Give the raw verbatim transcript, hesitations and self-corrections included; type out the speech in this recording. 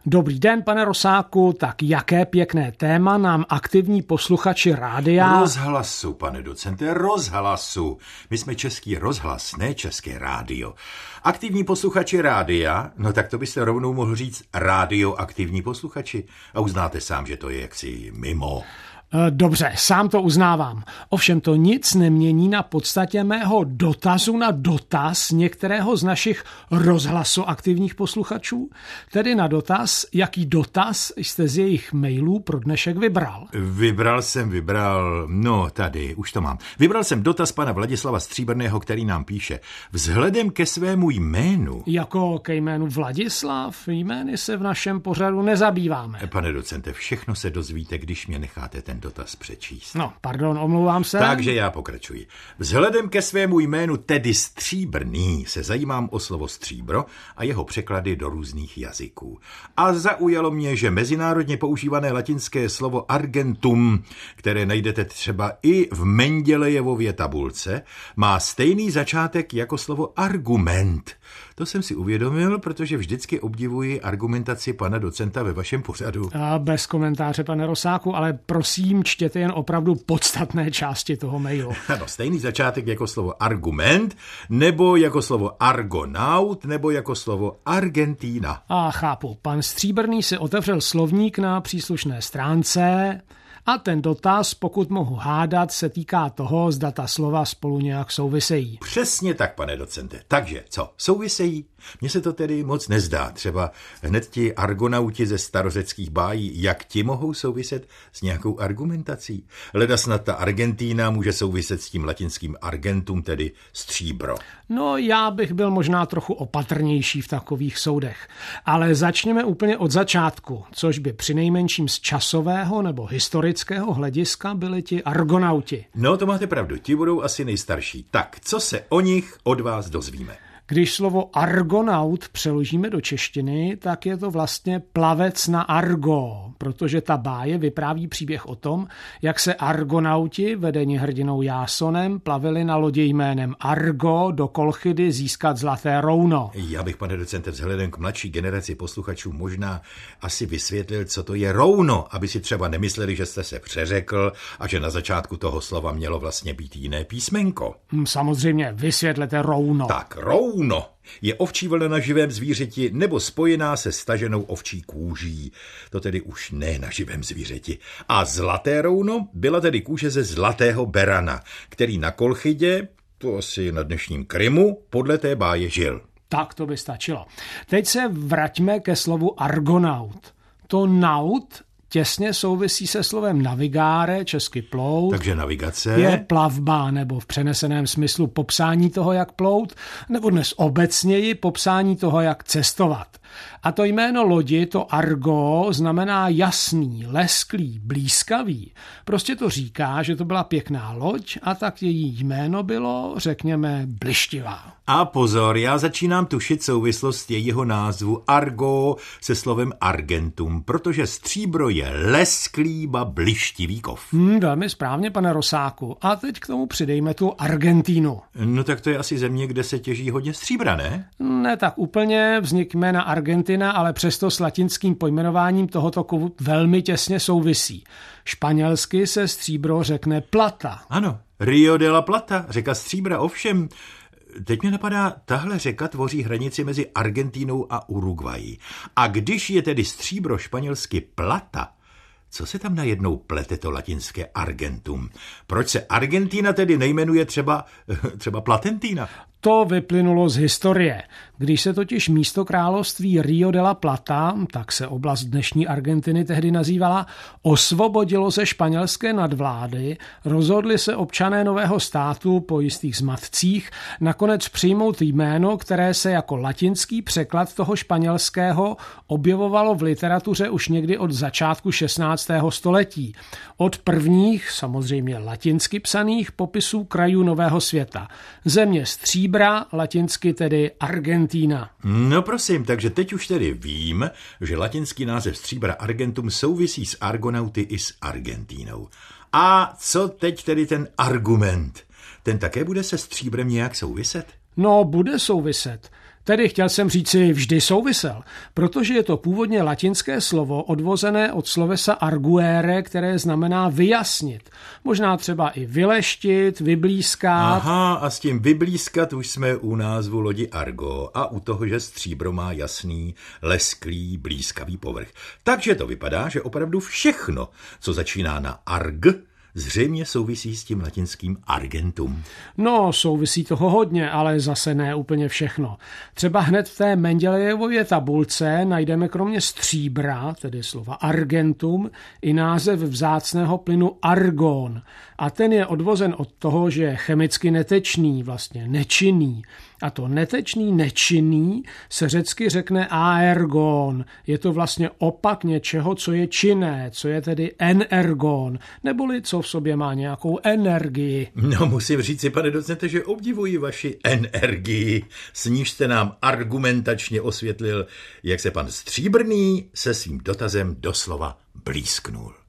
Dobrý den, pane Rosáku, tak jaké pěkné téma nám aktivní posluchači rádia... Rozhlasu, pane docente, rozhlasu. My jsme český rozhlas, ne české rádio. Aktivní posluchači rádia, no tak to byste rovnou mohl říct rádioaktivní posluchači. A uznáte sám, že to je jaksi mimo. Dobře, sám to uznávám. Ovšem to nic nemění na podstatě mého dotazu na dotaz některého z našich rozhlasoaktivních posluchačů, tedy na dotaz, jaký dotaz jste z jejich mailů pro dnešek vybral. Vybral jsem, vybral, no tady, už to mám. Vybral jsem dotaz pana Vladislava Stříbrného, který nám píše: vzhledem ke svému jménu... Jako ke jménu Vladislav, jmény se v našem pořadu nezabýváme. Pane docente, všechno se dozvíte, když mě necháte ten dotaz přečíst. No, pardon, omlouvám se. Takže já pokračuji. Vzhledem ke svému jménu, tedy Stříbrný, se zajímám o slovo stříbro a jeho překlady do různých jazyků. A zaujalo mě, že mezinárodně používané latinské slovo argentum, které najdete třeba i v Mendelejevově tabulce, má stejný začátek jako slovo argument. To jsem si uvědomil, protože vždycky obdivuji argumentaci pana docenta ve vašem pořadu. A bez komentáře, pane Rosáku, ale prosím, čtěte jen opravdu podstatné části toho mailu. Ano, stejný začátek jako slovo argument, nebo jako slovo argonaut, nebo jako slovo Argentína. A chápu, pan Stříbrný si otevřel slovník na příslušné stránce a ten dotaz, pokud mohu hádat, se týká toho, zda ta slova spolu nějak souvisejí. Přesně tak, pane docente. Takže, co, souvisejí? Mně se to tedy moc nezdá. Třeba hned ti argonauti ze starořeckých bájí, jak ti mohou souviset s nějakou argumentací. Leda snad ta Argentína může souviset s tím latinským argentum, tedy stříbro. No, já bych byl možná trochu opatrnější v takových soudech. Ale začněme úplně od začátku, což by přinejmenším z časového nebo historického hlediska byli ti argonauti. No, to máte pravdu, ti budou asi nejstarší. Tak, co se o nich od vás dozvíme? Když slovo argonaut přeložíme do češtiny, tak je to vlastně plavec na Argo, protože ta báje vypráví příběh o tom, jak se argonauti, vedeni hrdinou Jásonem, plavili na lodi jménem Argo do Kolchidy získat zlaté rouno. Já bych, pane docente, vzhledem k mladší generaci posluchačů možná asi vysvětlil, co to je rouno, aby si třeba nemysleli, že jste se přeřekl a že na začátku toho slova mělo vlastně být jiné písmenko. Samozřejmě, vysvětlete rouno. Tak, rouno. Rouno je ovčí vlna na živém zvířeti nebo spojená se staženou ovčí kůží. To tedy už ne na živém zvířeti. A zlaté rouno byla tedy kůže ze zlatého berana, který na Kolchidě, to asi na dnešním Krymu, podle té báje žil. Tak to by stačilo. Teď se vraťme ke slovu argonaut. To naut těsně souvisí se slovem navigáre, česky plout. Takže navigace je plavba, nebo v přeneseném smyslu popsání toho, jak plout, nebo dnes obecněji popsání toho, jak cestovat. A to jméno lodi, to argo, znamená jasný, lesklý, blízkavý. Prostě to říká, že to byla pěkná loď a tak její jméno bylo, řekněme, blištivá. A pozor, já začínám tušit souvislost jejího názvu argo se slovem argentum, protože stříbro je lesklý, ba blištivý kov. Hmm, velmi správně, pane Rosáku. A teď k tomu přidejme tu Argentínu. No tak to je asi země, kde se těží hodně stříbra, ne? Ne tak úplně, vznik jména Argentina, ale přesto s latinským pojmenováním tohoto kovu velmi těsně souvisí. Španělsky se stříbro řekne plata. Ano, Rio de la Plata, řeka stříbra, ovšem. Teď mě napadá, tahle řeka tvoří hranici mezi Argentínou a Uruguayí. A když je tedy stříbro španělsky plata, co se tam najednou plete to latinské argentum? Proč se Argentína tedy nejmenuje třeba, třeba Platentína? To vyplynulo z historie. Když se totiž místo království Rio de la Plata, tak se oblast dnešní Argentiny tehdy nazývala, osvobodilo ze španělské nadvlády, rozhodli se občané nového státu po jistých zmatcích nakonec přijmout jméno, které se jako latinský překlad toho španělského objevovalo v literatuře už někdy od začátku šestnáctého století. Od prvních, samozřejmě latinsky psaných, popisů krajů nového světa. Země stříbra, latinsky tedy Argentína. No prosím, takže teď už tedy vím, že latinský název stříbra argentum souvisí s argonauty i s Argentínou. A co teď tedy ten argument? Ten také bude se stříbrem nějak souviset? No, bude souviset. Tedy chtěl jsem říci, vždy souvisel, protože je to původně latinské slovo odvozené od slovesa arguere, které znamená vyjasnit. Možná třeba i vyleštit, vyblízkat. Aha, a s tím vyblízkat už jsme u názvu lodi Argo a u toho, že stříbro má jasný, lesklý, blízkavý povrch. Takže to vypadá, že opravdu všechno, co začíná na arg, zřejmě souvisí s tím latinským argentum. No, souvisí toho hodně, ale zase ne úplně všechno. Třeba hned v té Mendelejevově tabulce najdeme kromě stříbra, tedy slova argentum, i název vzácného plynu argon. A ten je odvozen od toho, že je chemicky netečný, vlastně nečinný. A to netečný, nečinný se řecky řekne aergon. Je to vlastně opak něčeho, co je činné, co je tedy energon, neboli co v sobě má nějakou energii. No, musím říct si, pane docente, že obdivuji vaši energii, s níž jste nám argumentačně osvětlil, jak se pan Stříbrný se svým dotazem doslova blízknul.